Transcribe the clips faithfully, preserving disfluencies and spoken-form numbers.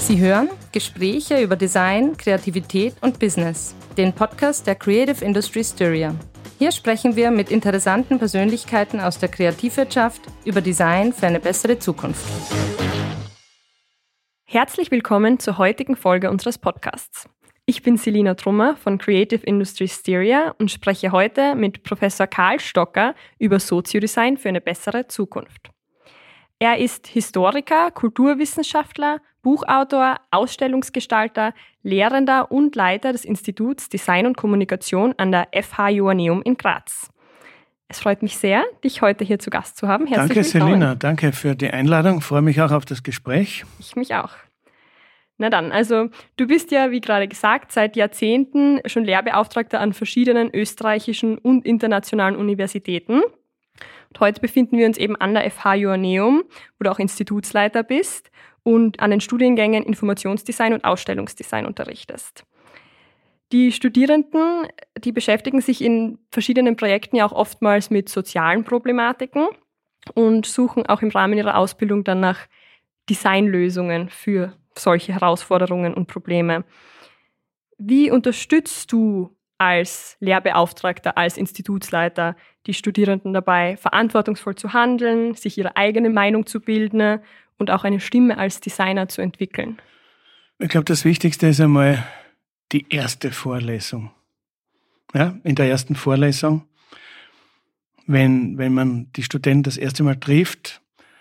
Sie hören Gespräche über Design, Kreativität und Business, den Podcast der Creative Industry Styria. Hier sprechen wir mit interessanten Persönlichkeiten aus der Kreativwirtschaft über Design für eine bessere Zukunft. Herzlich willkommen zur heutigen Folge unseres Podcasts. Ich bin Selina Trummer von Creative Industry Styria und spreche heute mit Professor Karl Stocker über Soziodesign für eine bessere Zukunft. Er ist Historiker, Kulturwissenschaftler, Buchautor, Ausstellungsgestalter, Lehrender und Leiter des Instituts Design und Kommunikation an der F H Joanneum in Graz. Es freut mich sehr, dich heute hier zu Gast zu haben. Herzlich danke, willkommen. Selina. Danke für die Einladung. Ich freue mich auch auf das Gespräch. Ich mich auch. Na dann, also du bist ja, wie gerade gesagt, seit Jahrzehnten schon Lehrbeauftragter an verschiedenen österreichischen und internationalen Universitäten. Und heute befinden wir uns eben an der F H Joanneum, wo du auch Institutsleiter bist und an den Studiengängen Informationsdesign und Ausstellungsdesign unterrichtest. Die Studierenden, die beschäftigen sich in verschiedenen Projekten ja auch oftmals mit sozialen Problematiken und suchen auch im Rahmen ihrer Ausbildung dann nach Designlösungen für solche Herausforderungen und Probleme. Wie unterstützt du als Lehrbeauftragter, als Institutsleiter die Studierenden dabei, verantwortungsvoll zu handeln, sich ihre eigene Meinung zu bilden und auch eine Stimme als Designer zu entwickeln? Ich glaube, das Wichtigste ist einmal die erste Vorlesung. Ja, in der ersten Vorlesung, wenn, wenn man die Studenten das erste Mal trifft,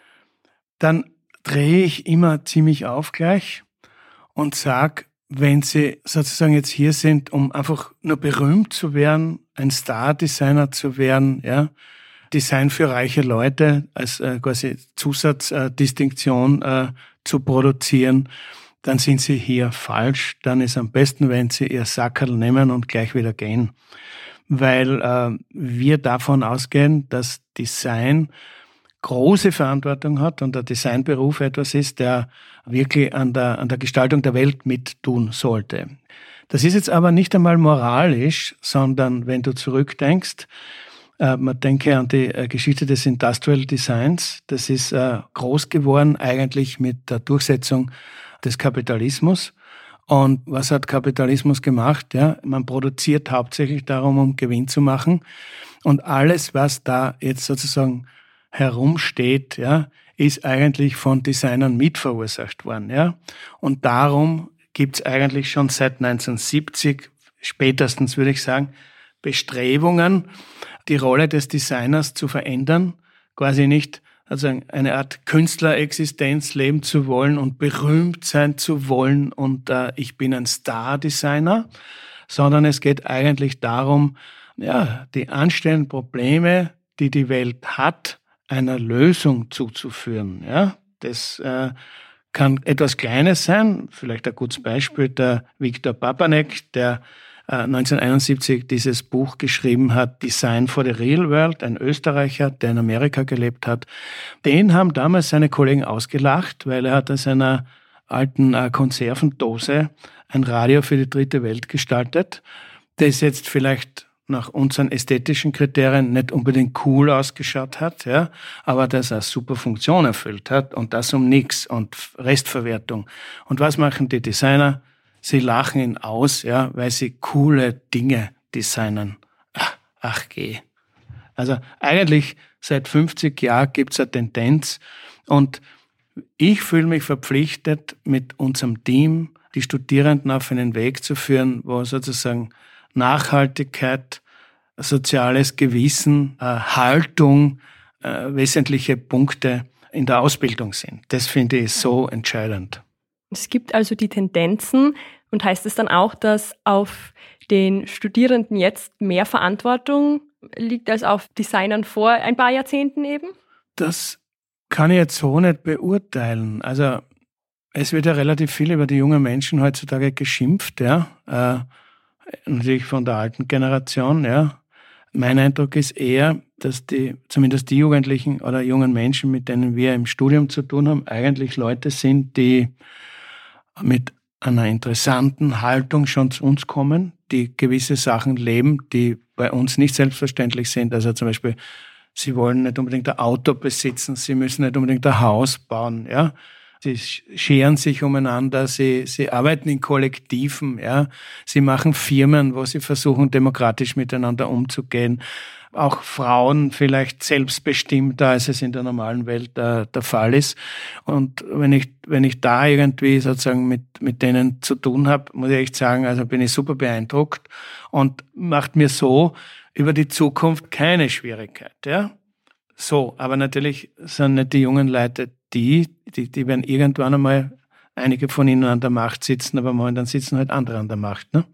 dann drehe ich immer ziemlich auf gleich und sage, wenn Sie sozusagen jetzt hier sind, um einfach nur berühmt zu werden, ein Star-Designer zu werden, ja, Design für reiche Leute als äh, quasi Zusatzdistinktion äh, äh, zu produzieren, dann sind Sie hier falsch. Dann ist am besten, wenn Sie Ihr Sackerl nehmen und gleich wieder gehen. Weil äh, wir davon ausgehen, dass Design große Verantwortung hat und der Designberuf etwas ist, der wirklich an der, an der Gestaltung der Welt mittun sollte. Das ist jetzt aber nicht einmal moralisch, sondern wenn du zurückdenkst, äh, man denke an die äh, Geschichte des Industrial Designs, das ist äh, groß geworden eigentlich mit der Durchsetzung des Kapitalismus. Und was hat Kapitalismus gemacht? Ja, man produziert hauptsächlich darum, um Gewinn zu machen. Und alles, was da jetzt sozusagen herumsteht, ja, ist eigentlich von Designern mitverursacht worden, ja. Und darum gibt's eigentlich schon seit neunzehnhundertsiebzig, spätestens würde ich sagen, Bestrebungen, die Rolle des Designers zu verändern, quasi nicht also eine Art Künstlerexistenz leben zu wollen und berühmt sein zu wollen und äh, ich bin ein Star-Designer, sondern es geht eigentlich darum, ja, die anstehenden Probleme, die die Welt hat, einer Lösung zuzuführen. Ja, das äh, kann etwas Kleines sein, vielleicht ein gutes Beispiel, der Viktor Papanek, der äh, neunzehnhunderteinundsiebzig dieses Buch geschrieben hat, Design for the Real World, ein Österreicher, der in Amerika gelebt hat. Den haben damals seine Kollegen ausgelacht, weil er hat aus einer alten äh, Konservendose ein Radio für die dritte Welt gestaltet, das jetzt vielleicht nach unseren ästhetischen Kriterien nicht unbedingt cool ausgeschaut hat, ja, aber das eine super Funktion erfüllt hat und das um nichts und Restverwertung. Und was machen die Designer? Sie lachen ihn aus, ja, weil sie coole Dinge designen. Ach, ach geh. Also eigentlich seit fünfzig Jahren gibt's eine Tendenz und ich fühle mich verpflichtet, mit unserem Team die Studierenden auf einen Weg zu führen, wo sozusagen Nachhaltigkeit, soziales Gewissen, äh, Haltung äh, wesentliche Punkte in der Ausbildung sind. Das finde ich so entscheidend. Es gibt also die Tendenzen und heißt es dann auch, dass auf den Studierenden jetzt mehr Verantwortung liegt als auf Designern vor ein paar Jahrzehnten eben? Das kann ich jetzt so nicht beurteilen. Also es wird ja relativ viel über die jungen Menschen heutzutage geschimpft, ja. Äh, natürlich von der alten Generation, ja. Mein Eindruck ist eher, dass die, zumindest die Jugendlichen oder jungen Menschen, mit denen wir im Studium zu tun haben, eigentlich Leute sind, die mit einer interessanten Haltung schon zu uns kommen, die gewisse Sachen leben, die bei uns nicht selbstverständlich sind. Also zum Beispiel, sie wollen nicht unbedingt ein Auto besitzen, sie müssen nicht unbedingt ein Haus bauen, ja. die scheren sich umeinander, sie, sie arbeiten in Kollektiven, ja. Sie machen Firmen, wo sie versuchen, demokratisch miteinander umzugehen. Auch Frauen vielleicht selbstbestimmter, als es in der normalen Welt äh, der Fall ist. Und wenn ich, wenn ich da irgendwie sozusagen mit, mit denen zu tun habe, muss ich echt sagen, also bin ich super beeindruckt und macht mir so über die Zukunft keine Schwierigkeit, ja. So, aber natürlich sind nicht die jungen Leute die, die, die werden irgendwann einmal, einige von ihnen an der Macht sitzen, aber momentan sitzen halt andere an der Macht, ne?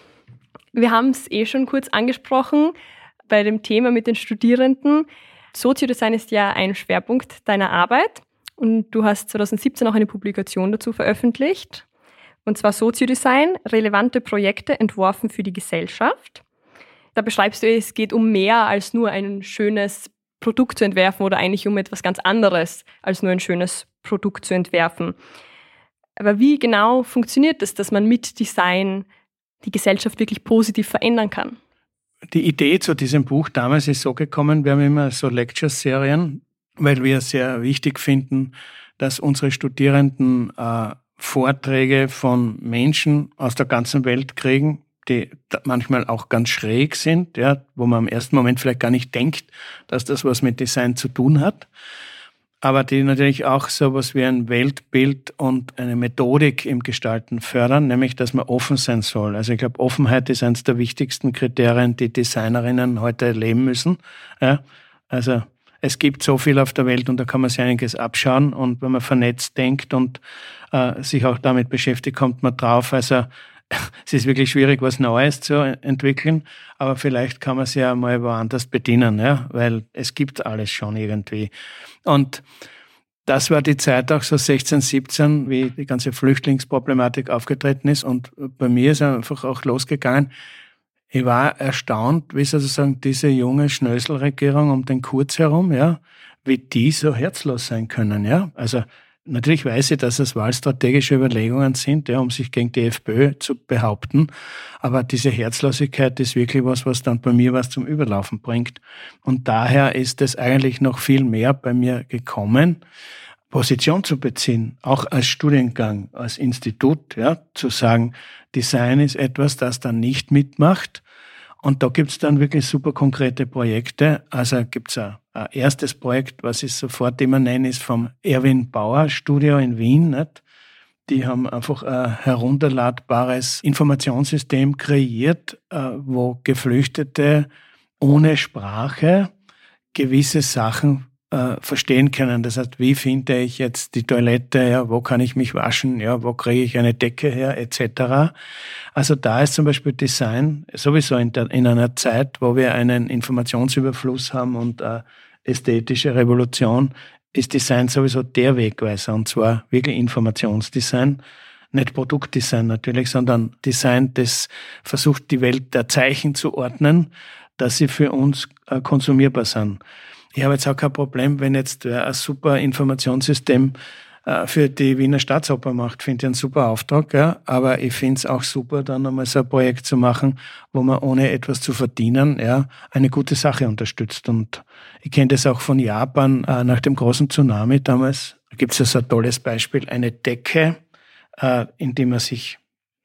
Wir haben es eh schon kurz angesprochen bei dem Thema mit den Studierenden. Soziodesign ist ja ein Schwerpunkt deiner Arbeit und du hast zwanzig siebzehn auch eine Publikation dazu veröffentlicht. Und zwar Soziodesign, relevante Projekte entworfen für die Gesellschaft. Da beschreibst du, es geht um mehr als nur ein schönes Produkt zu entwerfen oder eigentlich um etwas ganz anderes als nur ein schönes Produkt zu entwerfen. Aber wie genau funktioniert es, dass man mit Design die Gesellschaft wirklich positiv verändern kann? Die Idee zu diesem Buch damals ist so gekommen, wir haben immer so Lecture-Serien, weil wir sehr wichtig finden, dass unsere Studierenden äh, Vorträge von Menschen aus der ganzen Welt kriegen, die manchmal auch ganz schräg sind, ja, wo man im ersten Moment vielleicht gar nicht denkt, dass das was mit Design zu tun hat, aber die natürlich auch sowas wie ein Weltbild und eine Methodik im Gestalten fördern, nämlich, dass man offen sein soll. Also ich glaube, Offenheit ist eines der wichtigsten Kriterien, die Designerinnen heute leben müssen. Ja, also es gibt so viel auf der Welt und da kann man sich einiges abschauen und wenn man vernetzt denkt und äh, sich auch damit beschäftigt, kommt man drauf, also es ist wirklich schwierig, was Neues zu entwickeln, aber vielleicht kann man sich ja mal woanders bedienen, ja, weil es gibt alles schon irgendwie. Und das war die Zeit auch so sechzehn, siebzehn, wie die ganze Flüchtlingsproblematik aufgetreten ist und bei mir ist einfach auch losgegangen. Ich war erstaunt, wie sozusagen diese junge Schnöselregierung um den Kurz herum, ja, wie die so herzlos sein können, ja, also natürlich weiß ich, dass es wahlstrategische Überlegungen sind, ja, um sich gegen die FPÖ zu behaupten. Aber diese Herzlosigkeit ist wirklich was, was dann bei mir was zum Überlaufen bringt. Und daher ist es eigentlich noch viel mehr bei mir gekommen, Position zu beziehen, auch als Studiengang, als Institut, ja, zu sagen, Design ist etwas, das dann nicht mitmacht. Und da gibt's dann wirklich super konkrete Projekte. Also gibt's ein, ein erstes Projekt, was ich sofort immer nenne, ist vom Erwin Bauer Studio in Wien. Nicht? Die haben einfach ein herunterladbares Informationssystem kreiert, wo Geflüchtete ohne Sprache gewisse Sachen äh, verstehen können. Das heißt, wie finde ich jetzt die Toilette, ja, wo kann ich mich waschen, ja, wo kriege ich eine Decke her, et cetera. Also da ist zum Beispiel Design sowieso in, der, in einer Zeit, wo wir einen Informationsüberfluss haben und äh, ästhetische Revolution, ist Design sowieso der Wegweiser, und zwar wirklich Informationsdesign. Nicht Produktdesign natürlich, sondern Design, das versucht, die Welt der Zeichen zu ordnen, dass sie für uns äh, konsumierbar sind. Ich habe jetzt auch kein Problem, wenn jetzt wer ein super Informationssystem äh, für die Wiener Staatsoper macht. Finde ich einen super Auftrag, ja. Aber ich finde es auch super, dann einmal so ein Projekt zu machen, wo man ohne etwas zu verdienen, ja, eine gute Sache unterstützt. Und ich kenne das auch von Japan, äh, nach dem großen Tsunami damals. Da gibt es ja so ein tolles Beispiel, eine Decke, äh, in die man sich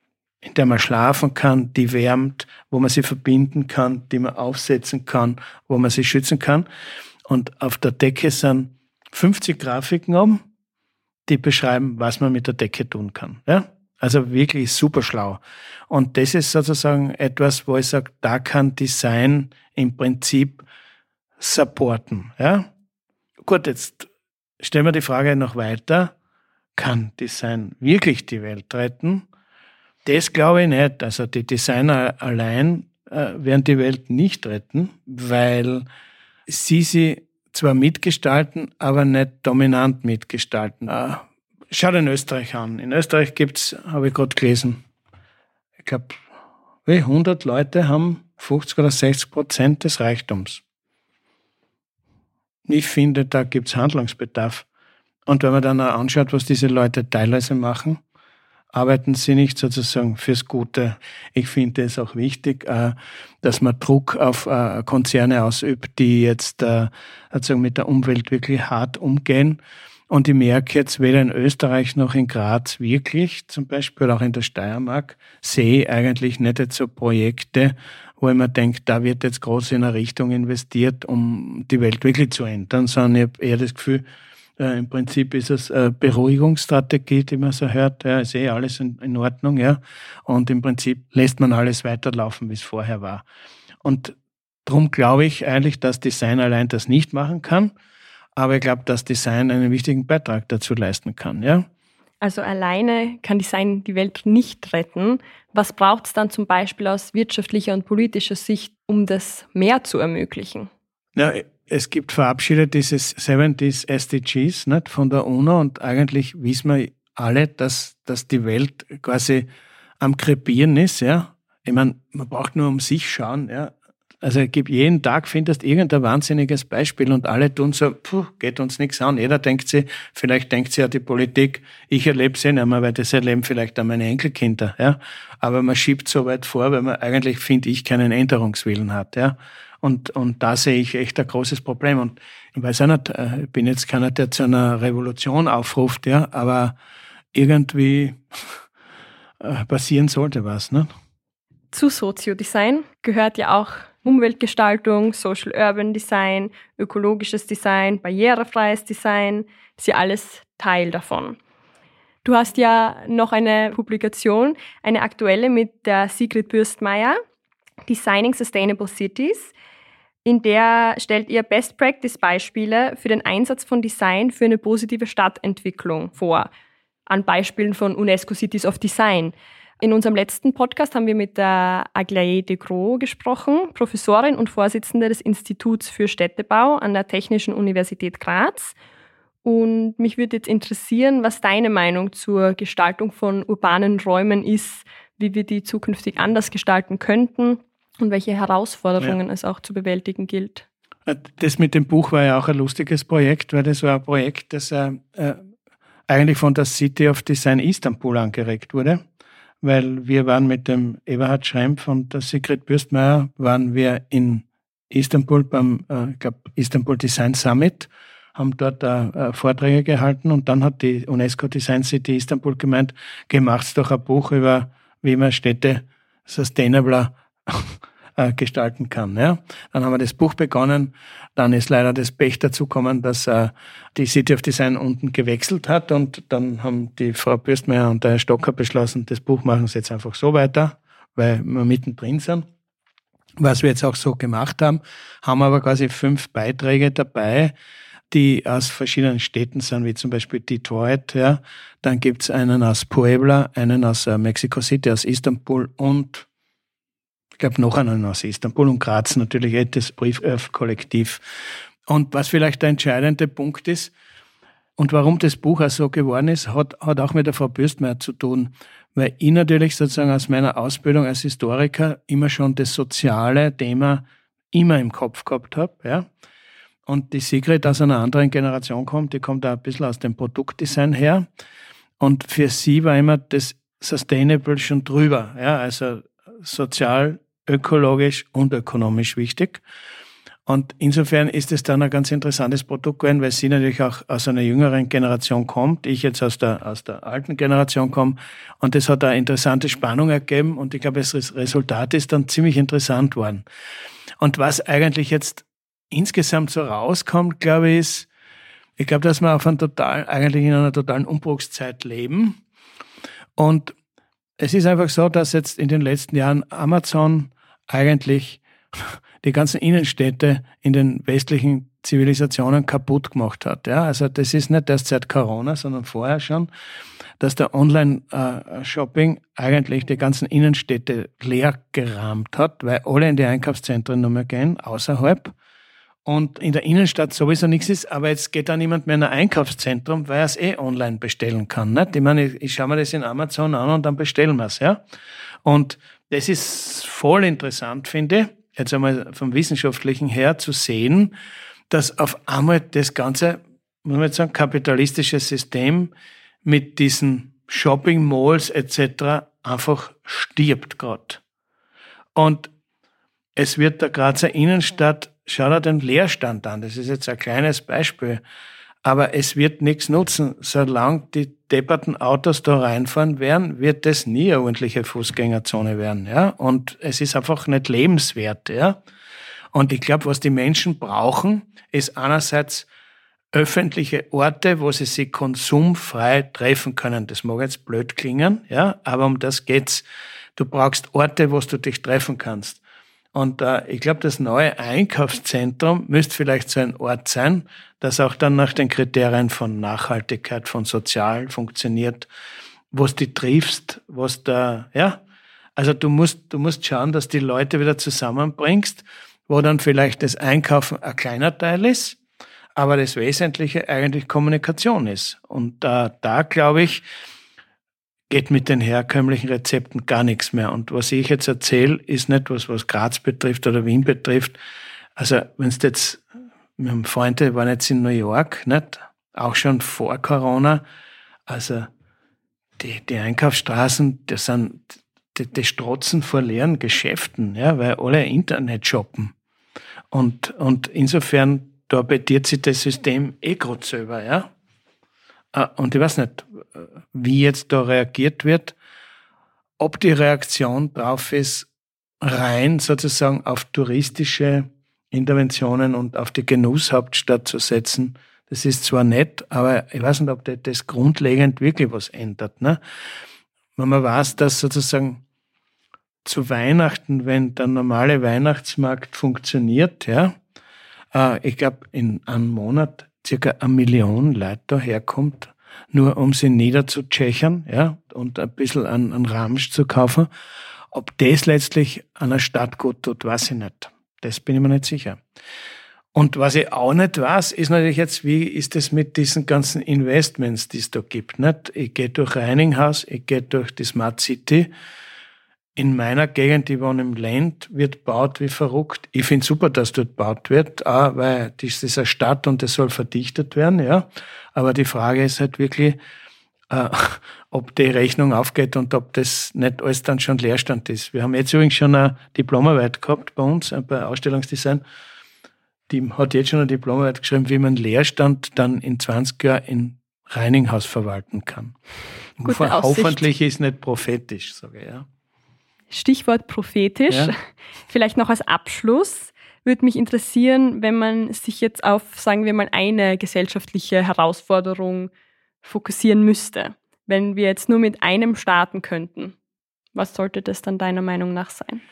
in der man schlafen kann, die wärmt, wo man sie verbinden kann, die man aufsetzen kann, wo man sie schützen kann. Und auf der Decke sind fünfzig Grafiken oben, die beschreiben, was man mit der Decke tun kann. Ja? Also wirklich super schlau. Und das ist sozusagen etwas, wo ich sage, da kann Design im Prinzip supporten. Ja? Gut, jetzt stellen wir die Frage noch weiter. Kann Design wirklich die Welt retten? Das glaube ich nicht. Also die Designer allein äh, werden die Welt nicht retten, weil sie sie zwar mitgestalten, aber nicht dominant mitgestalten. Äh, schau dir in Österreich an. In Österreich gibt's, habe ich gerade gelesen, ich glaube, hundert Leute haben fünfzig oder sechzig Prozent des Reichtums. Ich finde, da gibt's Handlungsbedarf. Und wenn man dann auch anschaut, was diese Leute teilweise machen, arbeiten sie nicht sozusagen fürs Gute. Ich finde es auch wichtig, dass man Druck auf Konzerne ausübt, die jetzt sozusagen mit der Umwelt wirklich hart umgehen. Und ich merke jetzt weder in Österreich noch in Graz wirklich, zum Beispiel auch in der Steiermark, sehe ich eigentlich nicht jetzt so Projekte, wo ich mir denke, da wird jetzt groß in eine Richtung investiert, um die Welt wirklich zu ändern, sondern ich habe eher das Gefühl, äh, im Prinzip ist es eine Beruhigungsstrategie, die man so hört, ja, ist eh alles in, in Ordnung, ja, und im Prinzip lässt man alles weiterlaufen, wie es vorher war. Und darum glaube ich eigentlich, dass Design allein das nicht machen kann, aber ich glaube, dass Design einen wichtigen Beitrag dazu leisten kann, ja. Also alleine kann Design die Welt nicht retten. Was braucht es dann zum Beispiel aus wirtschaftlicher und politischer Sicht, um das mehr zu ermöglichen? Ja, es gibt verabschiedet dieses siebzig S D Gs nicht, von der UNO und eigentlich wissen wir alle, dass, dass die Welt quasi am Krepieren ist. Ja. Ich meine, man braucht nur um sich schauen. Ja. Also ich gebe jeden Tag, findest irgendein wahnsinniges Beispiel und alle tun so, puh, geht uns nichts an. Jeder denkt sich, vielleicht denkt sich ja die Politik, ich erlebe es eh nicht mehr, weil das erleben vielleicht auch meine Enkelkinder. Ja. Aber man schiebt so weit vor, weil man eigentlich, finde ich, keinen Änderungswillen hat. Ja. Und, und da sehe ich echt ein großes Problem. Und ich weiß auch nicht, ich bin jetzt keiner, der zu einer Revolution aufruft, ja, aber irgendwie passieren sollte was, ne? Zu Soziodesign gehört ja auch Umweltgestaltung, Social Urban Design, ökologisches Design, barrierefreies Design. Das ist ja alles Teil davon. Du hast ja noch eine Publikation, eine aktuelle mit der Sigrid Bürstmeier, Designing Sustainable Cities. In der stellt ihr Best-Practice-Beispiele für den Einsatz von Design für eine positive Stadtentwicklung vor, an Beispielen von UNESCO Cities of Design. In unserem letzten Podcast haben wir mit der Aglaé de Croo gesprochen, Professorin und Vorsitzende des Instituts für Städtebau an der Technischen Universität Graz. Und mich würde jetzt interessieren, was deine Meinung zur Gestaltung von urbanen Räumen ist, wie wir die zukünftig anders gestalten könnten und welche Herausforderungen ja. es auch zu bewältigen gilt. Das mit dem Buch war ja auch ein lustiges Projekt, weil das war ein Projekt, das äh, eigentlich von der City of Design Istanbul angeregt wurde. Weil wir waren mit dem Eberhard Schrempf und der Sigrid Bürstmeier waren wir in Istanbul beim, äh, ich glaube, Istanbul Design Summit, haben dort äh, Vorträge gehalten und dann hat die UNESCO Design City Istanbul gemeint, geh, macht's doch ein Buch über, wie man Städte sustainabler äh, gestalten kann. Ja? Dann haben wir das Buch begonnen, dann ist leider das Pech dazu gekommen, dass äh, die City of Design unten gewechselt hat und dann haben die Frau Bürstmeier und der Herr Stocker beschlossen, das Buch machen sie jetzt einfach so weiter, weil wir mittendrin sind. Was wir jetzt auch so gemacht haben, haben aber quasi fünf Beiträge dabei, die aus verschiedenen Städten sind, wie zum Beispiel Detroit. Ja. Dann gibt's einen aus Puebla, einen aus äh, Mexico City, aus Istanbul und ich glaube noch einen aus Istanbul und Graz natürlich, eh das Brief-Kollektiv. Und was vielleicht der entscheidende Punkt ist und warum das Buch auch so geworden ist, hat, hat auch mit der Frau Bürstmeier zu tun, weil ich natürlich sozusagen aus meiner Ausbildung als Historiker immer schon das soziale Thema immer im Kopf gehabt habe. Ja. Und die Sigrid aus einer anderen Generation kommt, die kommt auch ein bisschen aus dem Produktdesign her. Und für sie war immer das Sustainable schon drüber, ja, also sozial, ökologisch und ökonomisch wichtig. Und insofern ist es dann ein ganz interessantes Produkt geworden, weil sie natürlich auch aus einer jüngeren Generation kommt, ich jetzt aus der, aus der alten Generation komme. Und das hat eine interessante Spannung ergeben und ich glaube, das Resultat ist dann ziemlich interessant worden. Und was eigentlich jetzt insgesamt so rauskommt, glaube ich, ist, ich glaube, dass wir auf einem total, eigentlich in einer totalen Umbruchszeit leben. Und es ist einfach so, dass jetzt in den letzten Jahren Amazon eigentlich die ganzen Innenstädte in den westlichen Zivilisationen kaputt gemacht hat. Ja, also das ist nicht erst seit Corona, sondern vorher schon, dass der Online-Shopping eigentlich die ganzen Innenstädte leer gerammt hat, weil alle in die Einkaufszentren nur mehr gehen, außerhalb. Und in der Innenstadt sowieso nichts ist, aber jetzt geht da niemand mehr in ein Einkaufszentrum, weil er es eh online bestellen kann. Nicht? Ich meine, ich, ich schaue mir das in Amazon an und dann bestellen wir es. Ja? Und das ist voll interessant, finde ich, jetzt einmal vom Wissenschaftlichen her zu sehen, dass auf einmal das ganze, muss man jetzt sagen, kapitalistische System mit diesen Shopping-Malls et cetera einfach stirbt gerade. Und es wird der Grazer Innenstadt, schau dir den Leerstand an, das ist jetzt ein kleines Beispiel, Aber es wird nichts nutzen. Solange die depperten Autos da reinfahren werden, wird das nie eine ordentliche Fußgängerzone werden. Ja? Und es ist einfach nicht lebenswert. Ja? Und ich glaube, was die Menschen brauchen, ist einerseits öffentliche Orte, wo sie sich konsumfrei treffen können. Das mag jetzt blöd klingen, ja, aber um das geht's. Du brauchst Orte, wo du dich treffen kannst. Und äh, ich glaube, das neue Einkaufszentrum müsste vielleicht so ein Ort sein, das auch dann nach den Kriterien von Nachhaltigkeit, von sozial funktioniert, wo du die triffst, was da, ja. Also du musst, du musst schauen, dass die Leute wieder zusammenbringst, wo dann vielleicht das Einkaufen ein kleiner Teil ist, aber das Wesentliche eigentlich Kommunikation ist. Und äh, da, glaube ich, geht mit den herkömmlichen Rezepten gar nichts mehr. Und was ich jetzt erzähle, ist nicht was, was Graz betrifft oder Wien betrifft. Also wenn es jetzt, wir haben Freunde, die waren jetzt in New York, nicht? Auch schon vor Corona. Also die, die Einkaufsstraßen, das sind, die, die strotzen vor leeren Geschäften, ja, weil alle Internet shoppen. Und, und insofern, da bediert sich das System eh gerade selber, ja. Und ich weiß nicht, wie jetzt da reagiert wird, ob die Reaktion drauf ist, rein sozusagen auf touristische Interventionen und auf die Genusshauptstadt zu setzen. Das ist zwar nett, aber ich weiß nicht, ob das grundlegend wirklich was ändert. Ne? Wenn man weiß, dass sozusagen zu Weihnachten, wenn der normale Weihnachtsmarkt funktioniert, ja, ich glaube, in einem Monat circa eine Million Leute daherkommt, nur um sie niederzutschechern, ja, und ein bisschen an, an Ramsch zu kaufen. Ob das letztlich einer Stadt gut tut, weiß ich nicht. Das bin ich mir nicht sicher. Und was ich auch nicht weiß, ist natürlich jetzt, wie ist es mit diesen ganzen Investments, die es da gibt, nicht? Ich gehe durch Reininghaus, ich gehe durch die Smart City. In meiner Gegend, die wohne im Land, wird gebaut wie verrückt. Ich finde super, dass dort gebaut wird, auch weil das ist eine Stadt und das soll verdichtet werden, ja. Aber die Frage ist halt wirklich, äh, ob die Rechnung aufgeht und ob das nicht alles dann schon Leerstand ist. Wir haben jetzt übrigens schon eine Diplomarbeit gehabt bei uns, bei Ausstellungsdesign. Die hat jetzt schon eine Diplomarbeit geschrieben, wie man Leerstand dann in zwanzig Jahren in Reininghaus verwalten kann. Hoffentlich ist nicht prophetisch, sage ich, ja. Stichwort prophetisch. Ja. Vielleicht noch als Abschluss würde mich interessieren, wenn man sich jetzt auf, sagen wir mal, eine gesellschaftliche Herausforderung fokussieren müsste. Wenn wir jetzt nur mit einem starten könnten, was sollte das dann deiner Meinung nach sein?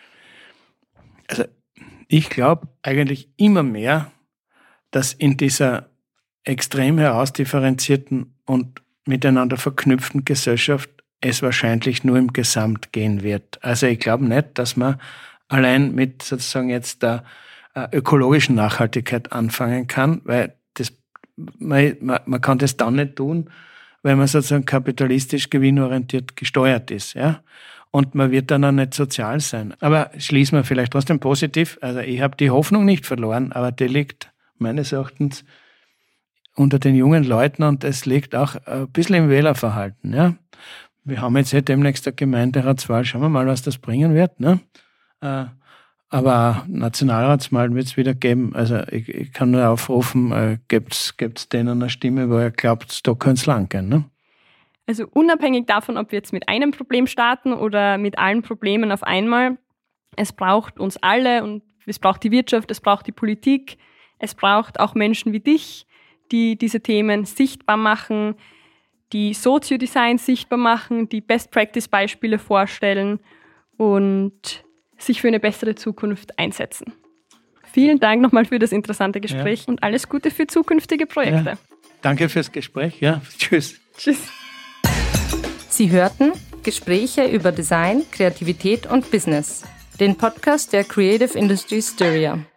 Also ich glaube eigentlich immer mehr, dass in dieser extrem herausdifferenzierten und miteinander verknüpften Gesellschaft es wahrscheinlich nur im Gesamt gehen wird. Also ich glaube nicht, dass man allein mit sozusagen jetzt der äh, ökologischen Nachhaltigkeit anfangen kann, weil das, man, man, man kann das dann nicht tun, weil man sozusagen kapitalistisch gewinnorientiert gesteuert ist, ja. Und man wird dann auch nicht sozial sein. Aber schließen wir vielleicht trotzdem positiv. Also ich habe die Hoffnung nicht verloren, aber die liegt meines Erachtens unter den jungen Leuten und es liegt auch ein bisschen im Wählerverhalten, ja. Wir haben jetzt ja demnächst eine Gemeinderatswahl. Schauen wir mal, was das bringen wird. Ne? Äh, aber Nationalratswahl wird es wieder geben. Also ich, ich kann nur aufrufen, äh, gebt's, gebt's denen eine Stimme, wo ihr glaubt, da könnte es lang gehen. Ne? Also unabhängig davon, ob wir jetzt mit einem Problem starten oder mit allen Problemen auf einmal, es braucht uns alle und es braucht die Wirtschaft, es braucht die Politik, es braucht auch Menschen wie dich, die diese Themen sichtbar machen, die Soziodesign sichtbar machen, die Best-Practice-Beispiele vorstellen und sich für eine bessere Zukunft einsetzen. Vielen Dank nochmal für das interessante Gespräch ja. und alles Gute für zukünftige Projekte. Ja. Danke fürs Gespräch. Ja, tschüss. Tschüss. Sie hörten Gespräche über Design, Kreativität und Business. Den Podcast der Creative Industry Styria.